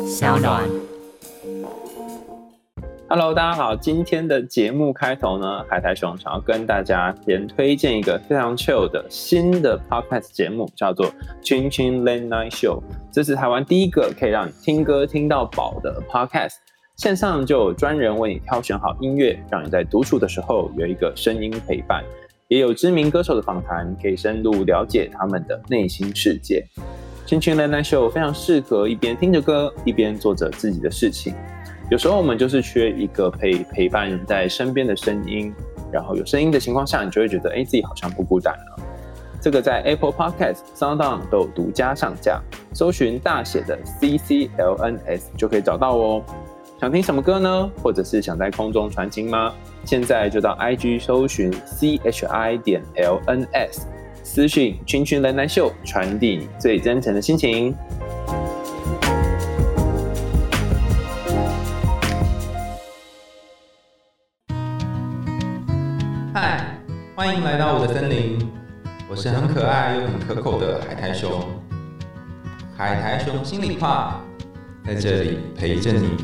小暖。 Hello， 大家好，今天的节目开头呢，海苔熊想要跟大家先推荐一个非常 chill 的新的 podcast 节目，叫做 Chin Chin Late Night Show。这是台湾第一个可以让你听歌听到饱的 podcast。线上就有专人为你挑选好音乐，让你在独处的时候有一个声音陪伴，也有知名歌手的访谈，可以深入了解他们的内心世界。Chin Chin Late Night Show 非常适合一边听着歌，一边做着自己的事情。有时候我们就是缺一个陪伴在身边的声音，然后有声音的情况下，你就会觉得自己好像不孤单了。这个在 Apple Podcast、SoundOn 都有独家上架，搜寻大写的 CCLNS 就可以找到哦。想听什么歌呢？或者是想在空中传情吗？现在就到 IG 搜寻 CHI.LNS， 私讯群群人来秀，传递你最真诚的心情。 嗨，欢迎来到我的森林，我是很可爱又很可口的海苔熊。海苔熊心里话，在这里陪着你。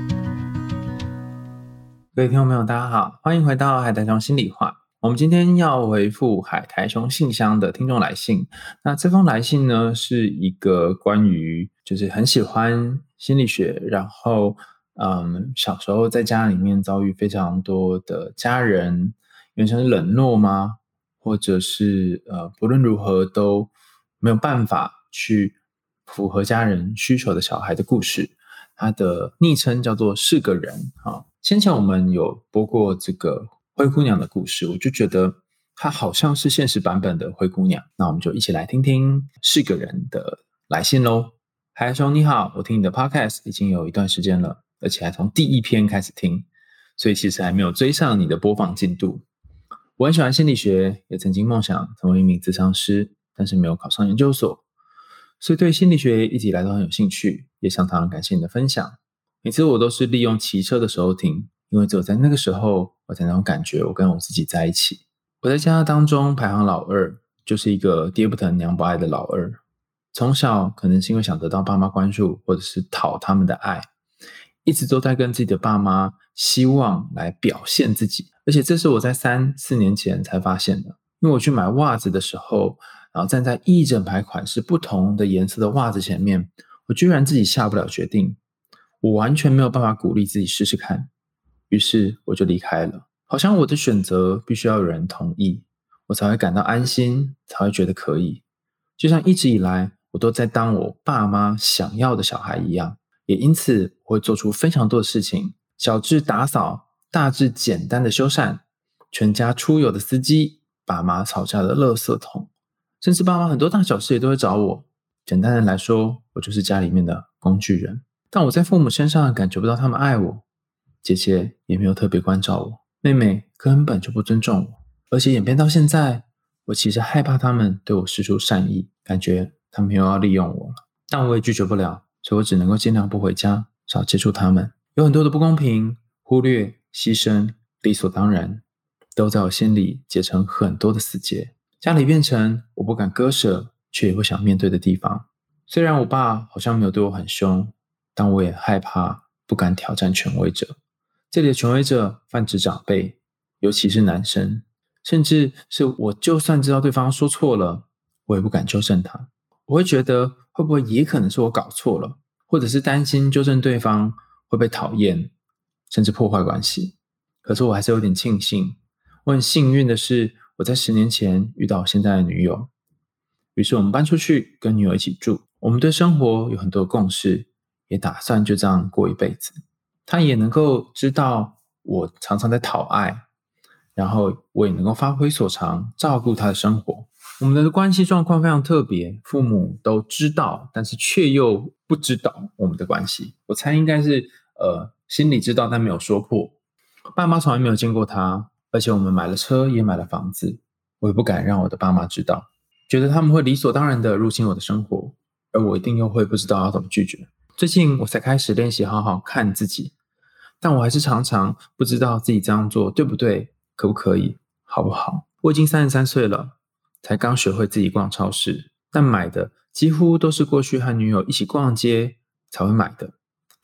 各位听众朋友大家好，欢迎回到海苔熊心里话。我们今天要回复海苔熊信箱的听众来信。那这封来信呢，是一个关于就是很喜欢心理学，然后小时候在家里面遭遇非常多的家人原生是冷落吗？或者是不论如何都没有办法去符合家人需求的小孩的故事。他的昵称叫做是个人。先前我们有播过这个灰姑娘的故事，我就觉得她好像是现实版本的灰姑娘。那我们就一起来听听是个人的来信咯。海熊你好，我听你的 podcast 已经有一段时间了，而且还从第一篇开始听，所以其实还没有追上你的播放进度。我很喜欢心理学，也曾经梦想成为一名咨商师，但是没有考上研究所，所以对心理学一直以来都很有兴趣，也常常感谢你的分享。每次我都是利用骑车的时候听，因为只有在那个时候我才能感觉我跟我自己在一起。我在家当中排行老二，就是一个爹不疼娘不爱的老二。从小可能是因为想得到爸妈关注，或者是讨他们的爱，一直都在跟自己的爸妈希望来表现自己。而且这是我在3-4年前才发现的，因为我去买袜子的时候，然后站在一整排款式不同的颜色的袜子前面，我居然自己下不了决定，我完全没有办法鼓励自己试试看，于是我就离开了。好像我的选择必须要有人同意，我才会感到安心，才会觉得可以。就像一直以来我都在当我爸妈想要的小孩一样，也因此我会做出非常多的事情，小至打扫，大至简单的修缮，全家出游的司机，爸妈吵架的垃圾桶，甚至爸妈很多大小事也都会找我。简单的来说，我就是家里面的工具人。但我在父母身上感觉不到他们爱我，姐姐也没有特别关照我，妹妹根本就不尊重我，而且演变到现在，我其实害怕他们对我施出善意，感觉他们又要利用我了。但我也拒绝不了，所以我只能够尽量不回家，少接触他们。有很多的不公平、忽略、牺牲、理所当然，都在我心里结成很多的死结。家里变成我不敢割舍，却也不想面对的地方。虽然我爸好像没有对我很凶，但我也害怕，不敢挑战权威者。这里的权威者泛指长辈，尤其是男生，甚至是我就算知道对方说错了，我也不敢纠正他。我会觉得会不会也可能是我搞错了，或者是担心纠正对方会被讨厌，甚至破坏关系。可是我还是有点庆幸，我很幸运的是，我在10年前遇到我现在的女友，于是我们搬出去跟女友一起住。我们对生活有很多共识，也打算就这样过一辈子。她也能够知道我常常在讨爱，然后我也能够发挥所长，照顾她的生活。我们的关系状况非常特别，父母都知道，但是却又不知道我们的关系。我猜应该是心里知道，但没有说破。爸妈从来没有见过她，而且我们买了车，也买了房子，我也不敢让我的爸妈知道，觉得他们会理所当然的入侵我的生活，而我一定又会不知道要怎么拒绝。最近我才开始练习好好看自己，但我还是常常不知道自己这样做对不对，可不可以，好不好。我已经33岁了，才刚学会自己逛超市，但买的几乎都是过去和女友一起逛街才会买的。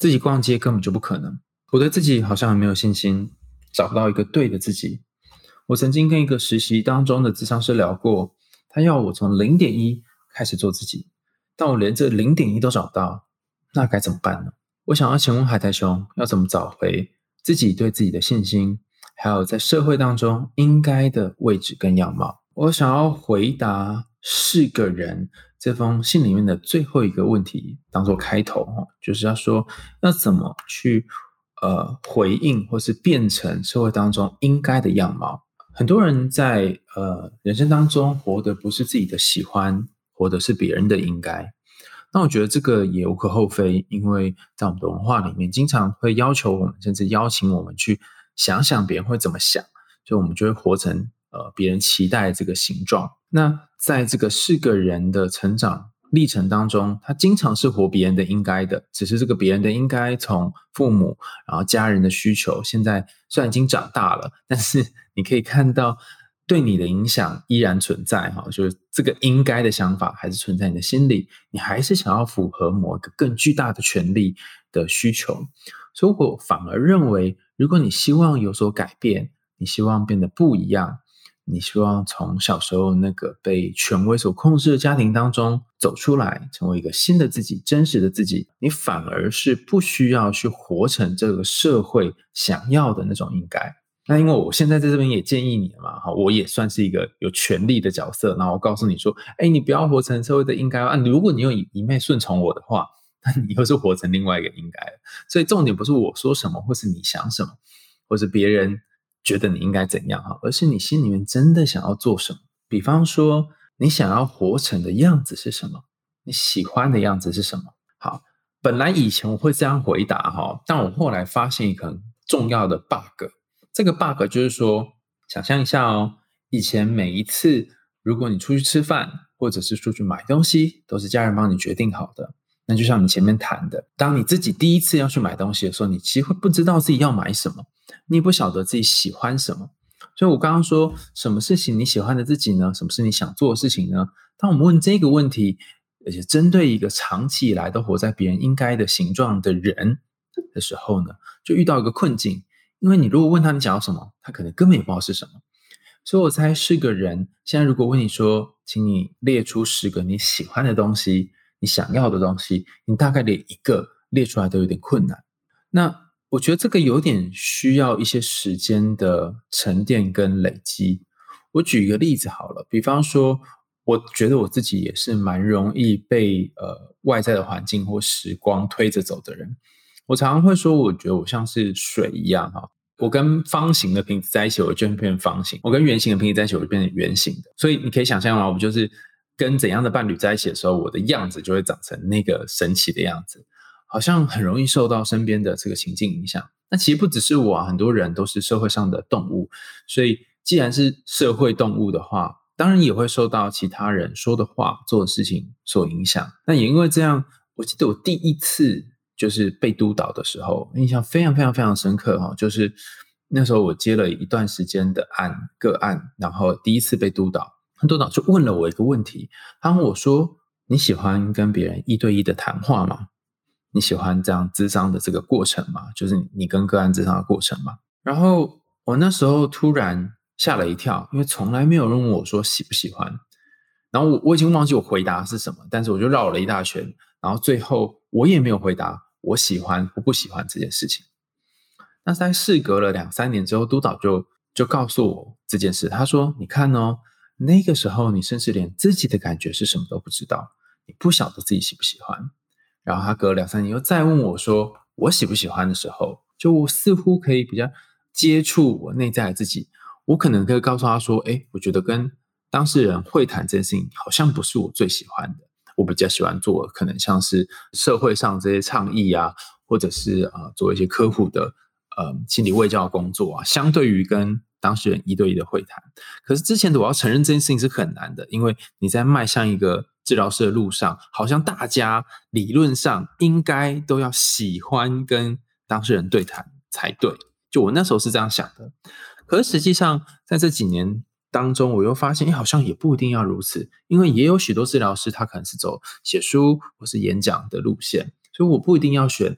自己逛街根本就不可能。我对自己好像很没有信心，找不到一个对的自己。我曾经跟一个实习当中的咨商师聊过，他要我从 0.1 开始做自己，但我连这 0.1 都找不到，那该怎么办呢？我想要请问海苔熊，要怎么找回自己对自己的信心，还有在社会当中应该的位置跟样貌？我想要回答是个人这封信里面的最后一个问题当做开头，就是要说要怎么去回应或是变成社会当中应该的样貌。很多人在人生当中活的不是自己的喜欢，活的是别人的应该。那我觉得这个也无可厚非，因为在我们的文化里面经常会要求我们，甚至邀请我们去想想别人会怎么想，所以我们就会活成别人期待的这个形状。那在这个是个人的成长历程当中，他经常是活别人的应该的，只是这个别人的应该从父母然后家人的需求，现在虽然已经长大了，但是你可以看到对你的影响依然存在，就是这个应该的想法还是存在你的心里，你还是想要符合某一个更巨大的权利的需求。所以我反而认为，如果你希望有所改变，你希望变得不一样，你希望从小时候那个被权威所控制的家庭当中走出来，成为一个新的自己，真实的自己，你反而是不需要去活成这个社会想要的那种应该。那因为我现在在这边也建议你了嘛，我也算是一个有权利的角色，然后我告诉你说，你不要活成社会的应该啊，如果你又一昧顺从我的话，那你又是活成另外一个应该了。所以重点不是我说什么，或是你想什么，或是别人觉得你应该怎样，而是你心里面真的想要做什么。比方说你想要活成的样子是什么，你喜欢的样子是什么。好，本来以前我会这样回答，但我后来发现一个很重要的 bug。这个 bug 就是说，想象一下以前每一次如果你出去吃饭或者是出去买东西，都是家人帮你决定好的。那就像你前面谈的，当你自己第一次要去买东西的时候，你其实会不知道自己要买什么，你也不晓得自己喜欢什么。所以我刚刚说，什么事情你喜欢的自己呢？什么是你想做的事情呢？当我们问这个问题，而且针对一个长期以来都活在别人应该的形状的人的时候呢，就遇到一个困境。因为你如果问他你想要什么，他可能根本也不知道是什么。所以我猜是个人现在如果问你说，请你列出10个你喜欢的东西，你想要的东西，你大概连一个列出来都有点困难。那我觉得这个有点需要一些时间的沉淀跟累积。我举一个例子好了，比方说我觉得我自己也是蛮容易被外在的环境或时光推着走的人。我常常会说，我觉得我像是水一样，我跟方形的瓶子在一起，我就变成方形；我跟圆形的瓶子在一起，我就变成圆形的。所以你可以想象我就是跟怎样的伴侣在一起的时候，我的样子就会长成那个神奇的样子，好像很容易受到身边的这个情境影响。那其实不只是我很多人都是社会上的动物，所以既然是社会动物的话，当然也会受到其他人说的话、做的事情所影响。那也因为这样，我记得我第一次就是被督导的时候，印象非常非常非常深刻，就是那时候我接了一段时间的个案，然后第一次被督导，督导就问了我一个问题，他问我说，你喜欢跟别人1对1的谈话吗？你喜欢这样咨商的这个过程吗？就是你跟个案咨商的过程吗？然后我那时候突然吓了一跳，因为从来没有人问我说喜不喜欢，然后我已经忘记我回答是什么，但是我就绕了一大圈，然后最后我也没有回答我喜欢或不喜欢这件事情。那在事隔了2-3年之后，督导就告诉我这件事，他说你看那个时候你甚至连自己的感觉是什么都不知道，你不晓得自己喜不喜欢。然后他隔了2-3年又再问我说我喜不喜欢的时候，就我似乎可以比较接触我内在的自己，我可能可以告诉他说，我觉得跟当事人会谈这件事情好像不是我最喜欢的，我比较喜欢做可能像是社会上这些倡议啊，或者是做一些科普的心理卫教工作啊，相对于跟当事人1对1的会谈。可是之前的我要承认这件事情是很难的，因为你在迈向一个治疗师的路上，好像大家理论上应该都要喜欢跟当事人对谈才对，就我那时候是这样想的。可是实际上在这几年当中，我又发现好像也不一定要如此，因为也有许多治疗师他可能是走写书或是演讲的路线，所以我不一定要选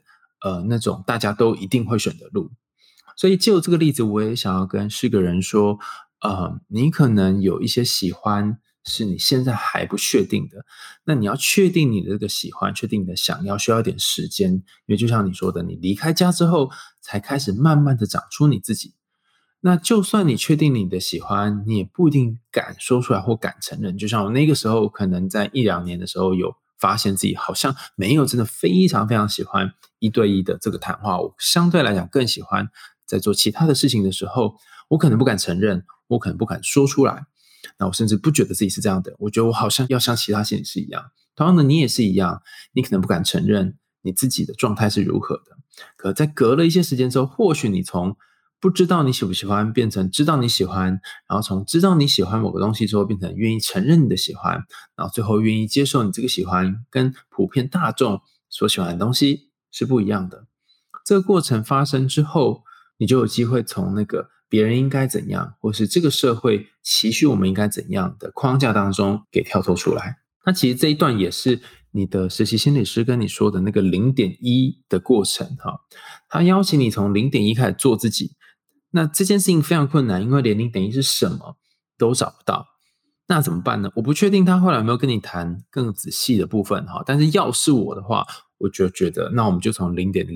那种大家都一定会选的路。所以就这个例子，我也想要跟是个人说，你可能有一些喜欢是你现在还不确定的，那你要确定你的这个喜欢，确定你的想要，需要一点时间，因为就像你说的，你离开家之后才开始慢慢的长出你自己。那就算你确定你的喜欢，你也不一定敢说出来或敢承认。就像我那个时候可能在1-2年的时候有发现自己好像没有真的非常非常喜欢1对1的这个谈话，我相对来讲更喜欢在做其他的事情的时候，我可能不敢承认，我可能不敢说出来，那我甚至不觉得自己是这样的，我觉得我好像要像其他心理师一样。同样的，你也是一样，你可能不敢承认你自己的状态是如何的，可在隔了一些时间之后，或许你从不知道你喜不喜欢变成知道你喜欢，然后从知道你喜欢某个东西之后变成愿意承认你的喜欢，然后最后愿意接受你这个喜欢跟普遍大众所喜欢的东西是不一样的。这个过程发生之后，你就有机会从那个别人应该怎样，或是这个社会期许我们应该怎样的框架当中给跳脱出来。那其实这一段也是你的实习心理师跟你说的那个 0.1 的过程，他邀请你从 0.1 开始做自己。那这件事情非常困难，因为连 0.1 是什么都找不到。那怎么办呢？我不确定他后来有没有跟你谈更仔细的部分，但是要是我的话，我就觉得那我们就从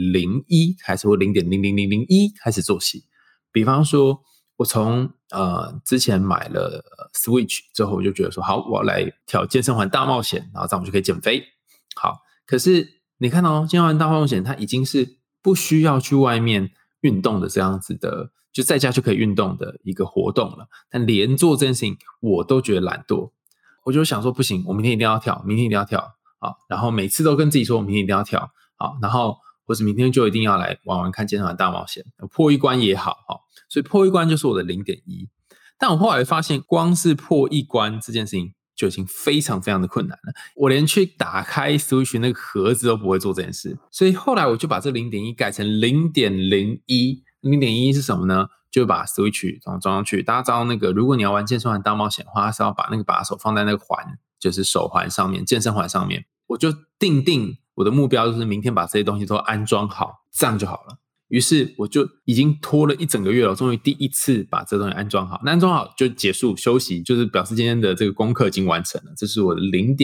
0.01 开始，或 0.00001 开始做起。比方说我从之前买了 Switch 之后，我就觉得说好，我要来挑健身环大冒险，然后这样我就可以减肥。好，可是你看健身环大冒险它已经是不需要去外面运动的这样子的，就在家就可以运动的一个活动了，但连做这件事情我都觉得懒惰。我就想说不行，我明天一定要跳，明天一定要跳，好，然后每次都跟自己说我明天一定要跳，好，然后或是明天就一定要来玩玩看健身环大冒险，破一关也好，所以破一关就是我的 0.1。 但我后来发现光是破一关这件事情就已经非常非常的困难了，我连去打开 Switch 那个盒子都不会做这件事。所以后来我就把这 0.1 改成 0.01。 0.1 是什么呢？就把 Switch 装上去。大家知道那个如果你要玩健身环大冒险的话，它是要把那个把手放在那个环，就是手环上面，健身环上面。我就定我的目标就是明天把这些东西都安装好，这样就好了。于是我就已经拖了1整个月了，终于第一次把这东西安装好。那安装好就结束休息，就是表示今天的这个功课已经完成了。这是我的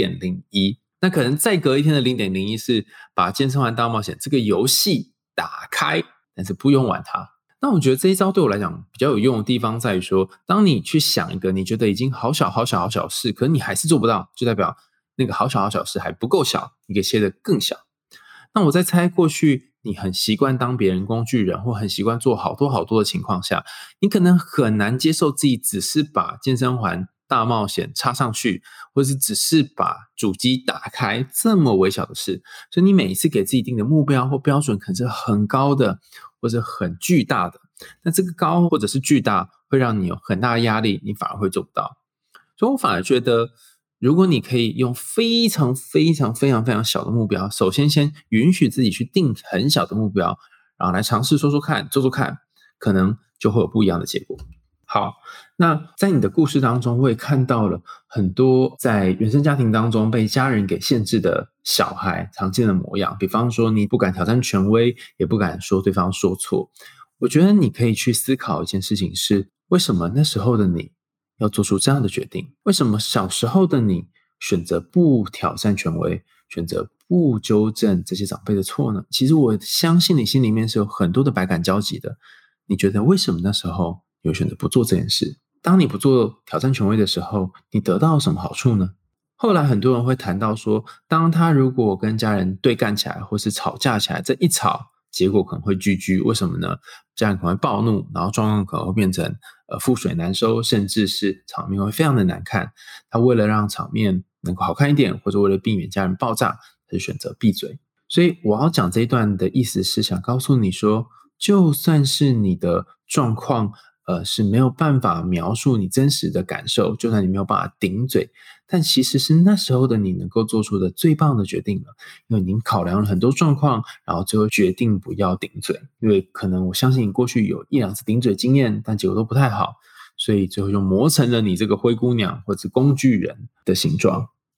0.01。 那可能再隔一天的 0.01 是把健身环大冒险这个游戏打开，但是不用玩它。那我觉得这一招对我来讲比较有用的地方在于说，当你去想一个你觉得已经好小好小好小事，可是你还是做不到，就代表那个好小好小事还不够小，你可以切得更小。那我在猜过去你很习惯当别人工具人，或很习惯做好多好多的情况下，你可能很难接受自己只是把健身环大冒险插上去，或是只是把主机打开这么微小的事。所以你每一次给自己定的目标或标准可能是很高的，或是很巨大的，那这个高或者是巨大会让你有很大的压力，你反而会做不到。所以我反而觉得如果你可以用非常非常非常非常小的目标，首先允许自己去定很小的目标，然后来尝试说说看，做做看，可能就会有不一样的结果。好，那在你的故事当中，我也看到了很多在原生家庭当中被家人给限制的小孩常见的模样。比方说你不敢挑战权威，也不敢说对方说错。我觉得你可以去思考一件事情是，为什么那时候的你要做出这样的决定？为什么小时候的你选择不挑战权威，选择不纠正这些长辈的错呢？其实我相信你心里面是有很多的百感交集的。你觉得为什么那时候有选择不做这件事？当你不做挑战权威的时候，你得到什么好处呢？后来很多人会谈到说，当他如果跟家人对干起来，或是吵架起来，这一吵结果可能会GG。为什么呢？家人可能会暴怒，然后状况可能会变成覆水难收，甚至是场面会非常的难看。他为了让场面能够好看一点，或者为了避免家人爆炸，他就选择闭嘴。所以我要讲这一段的意思是想告诉你说，就算是你的状况是没有办法描述你真实的感受，就算你没有办法顶嘴，但其实是那时候的你能够做出的最棒的决定了。因为你考量了很多状况，然后最后决定不要顶嘴。因为可能我相信你过去有1-2次顶嘴经验，但结果都不太好，所以最后就磨成了你这个灰姑娘或者工具人的形状。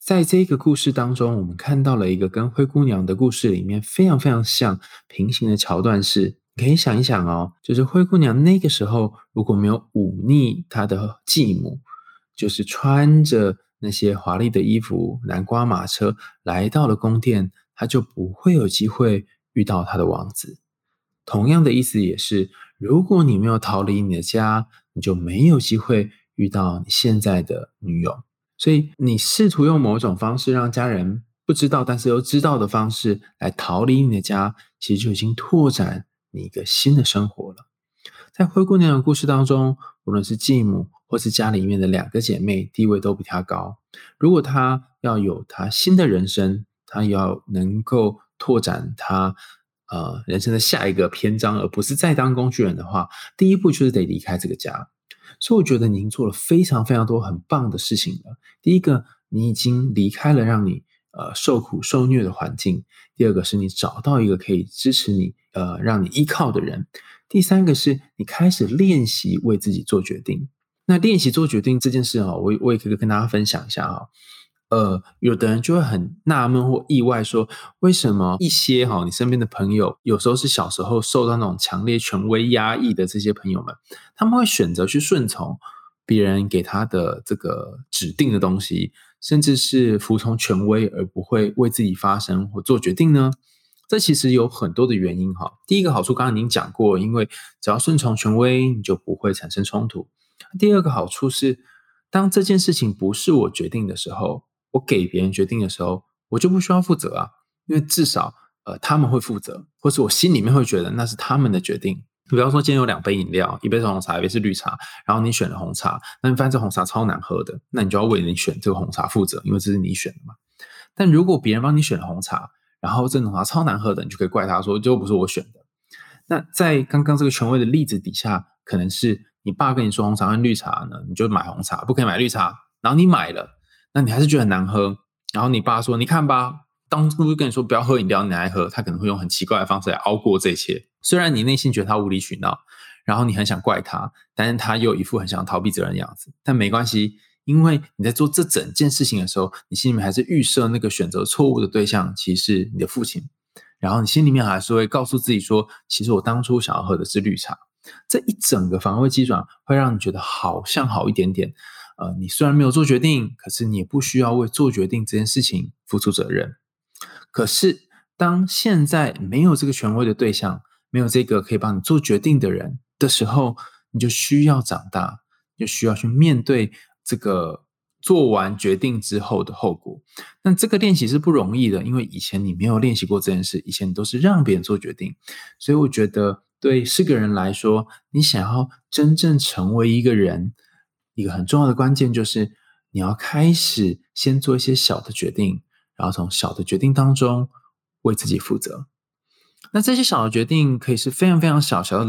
在这个故事当中，我们看到了一个跟灰姑娘的故事里面非常非常像平行的桥段是，你可以想一想哦，就是灰姑娘那个时候如果没有忤逆她的继母，就是穿着那些华丽的衣服，南瓜马车来到了宫殿，她就不会有机会遇到她的王子。同样的意思也是，如果你没有逃离你的家，你就没有机会遇到你现在的女友。所以你试图用某种方式让家人不知道但是又知道的方式来逃离你的家，其实就已经拓展你一个新的生活了。在灰姑娘的故事当中，无论是继母或是家里面的两个姐妹，地位都比她高。如果她要有她新的人生，她要能够拓展她人生的下一个篇章，而不是再当工具人的话，第一步就是得离开这个家。所以我觉得你已经做了非常非常多很棒的事情了。第一个，你已经离开了让你受苦受虐的环境；第二个是你找到一个可以支持你让你依靠的人；第三个是你开始练习为自己做决定。那练习做决定这件事我也可以跟大家分享一下有的人就会很纳闷或意外说，为什么一些你身边的朋友，有时候是小时候受到那种强烈权威压抑的这些朋友们，他们会选择去顺从别人给他的这个指定的东西，甚至是服从权威而不会为自己发声或做决定呢？这其实有很多的原因第一个好处刚刚已经讲过，因为只要顺从权威，你就不会产生冲突。第二个好处是，当这件事情不是我决定的时候，我给别人决定的时候，我就不需要负责啊，因为至少他们会负责，或是我心里面会觉得那是他们的决定。比方说今天有2杯饮料，一杯是红茶，一杯是绿茶，然后你选了红茶，那你发现这红茶超难喝的，那你就要为你选这个红茶负责，因为这是你选的嘛。但如果别人帮你选了红茶，然后这红茶超难喝的，你就可以怪他说就不是我选的。那在刚刚这个权威的例子底下，可能是你爸跟你说红茶和绿茶呢，你就买红茶，不可以买绿茶，然后你买了，那你还是觉得很难喝，然后你爸说你看吧，当初跟你说不要喝饮料你还喝，他可能会用很奇怪的方式来熬过这一切。虽然你内心觉得他无理取闹，然后你很想怪他，但是他又一副很想逃避责任的样子，但没关系，因为你在做这整件事情的时候，你心里面还是预设那个选择错误的对象其实是你的父亲，然后你心里面还是会告诉自己说，其实我当初想要喝的是绿茶。这一整个防卫机转会让你觉得好像好一点点。你虽然没有做决定，可是你也不需要为做决定这件事情付出责任。可是当现在没有这个权威的对象，没有这个可以帮你做决定的人的时候，你就需要长大，就需要去面对这个做完决定之后的后果。那这个练习是不容易的，因为以前你没有练习过这件事，以前你都是让别人做决定。所以我觉得对是个人来说，你想要真正成为一个人，一个很重要的关键就是你要开始先做一些小的决定，然后从小的决定当中为自己负责。那这些小的决定可以是非常非常小，小到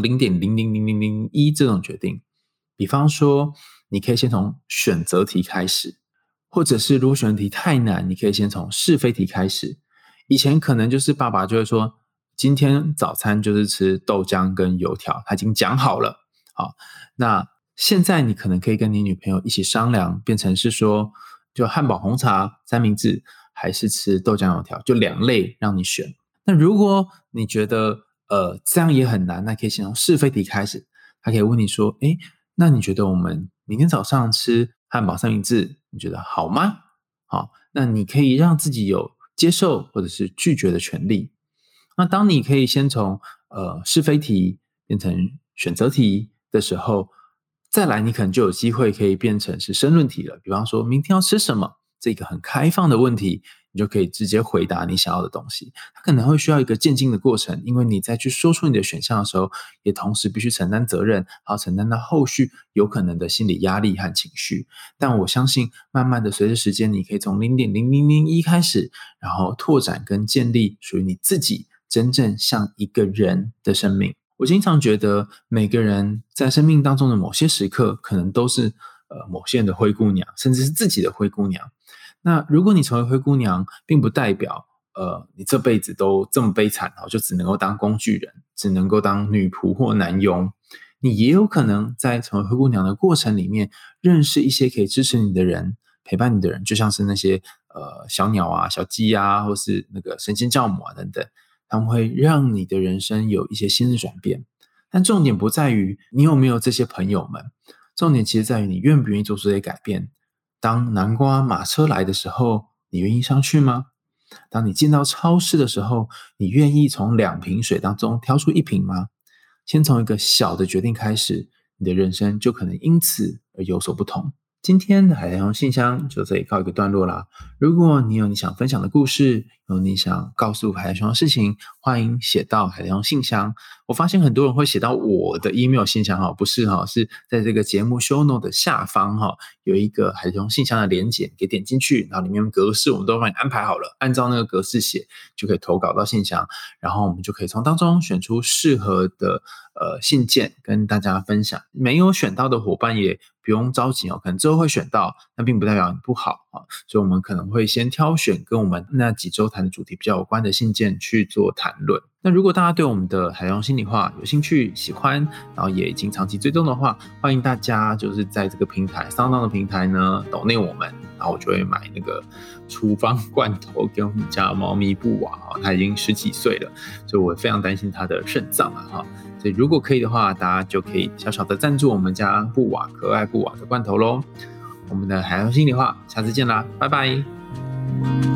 0.00001 这种决定。比方说你可以先从选择题开始，或者是如果选择题太难，你可以先从是非题开始。以前可能就是爸爸就会说今天早餐就是吃豆浆跟油条，他已经讲好了。好，那现在你可能可以跟你女朋友一起商量，变成是说就汉堡红茶三明治还是吃豆浆油条，就2类让你选。那如果你觉得这样也很难，那可以先从是非题开始。他可以问你说那你觉得我们明天早上吃汉堡三明治你觉得好吗？好，那你可以让自己有接受或者是拒绝的权利。那当你可以先从是非题变成选择题的时候，再来你可能就有机会可以变成是申论题了。比方说明天要吃什么，这个很开放的问题，你就可以直接回答你想要的东西。它可能会需要一个渐进的过程，因为你在去说出你的选项的时候，也同时必须承担责任，还要承担到后续有可能的心理压力和情绪。但我相信慢慢的随着时间，你可以从 0.0001 开始，然后拓展跟建立属于你自己真正像一个人的生命。我经常觉得每个人在生命当中的某些时刻可能都是某些人的灰姑娘，甚至是自己的灰姑娘。那如果你成为灰姑娘，并不代表你这辈子都这么悲惨，就只能够当工具人，只能够当女仆或男佣。你也有可能在成为灰姑娘的过程里面，认识一些可以支持你的人，陪伴你的人，就像是那些小鸟啊、小鸡啊，或是那个神仙教母啊等等，他们会让你的人生有一些新的转变。但重点不在于你有没有这些朋友们，重点其实在于你愿不愿意做出这些改变。当南瓜马车来的时候，你愿意上去吗？当你进到超市的时候，你愿意从2瓶水当中挑出1瓶吗？先从一个小的决定开始，你的人生就可能因此而有所不同。今天的海苔熊信箱就这里告一个段落啦。如果你有你想分享的故事，有你想告诉海苔熊的事情，欢迎写到海苔熊信箱。我发现很多人会写到我的 email 信箱，不是，是在这个节目 show note 的下方有一个海苔熊信箱的连结，给点进去，然后里面格式我们都帮你安排好了，按照那个格式写就可以投稿到信箱，然后我们就可以从当中选出适合的信件跟大家分享。没有选到的伙伴也不用着急可能之后会选到，但并不代表你不好所以我们可能会先挑选跟我们那几周谈的主题比较有关的信件去做谈论。那如果大家对我们的海洋心理话有兴趣、喜欢，然后也已经长期追踪的话，欢迎大家就是在这个平台SoundOn的平台呢抖内我们，然后我就会买那个厨房罐头给我们家猫咪布瓦它已经10几岁了，所以我非常担心它的肾脏所以如果可以的话，大家就可以小小的赞助我们家布瓦可爱布瓦的罐头咯。我们的海洋心里话下次见啦，拜拜。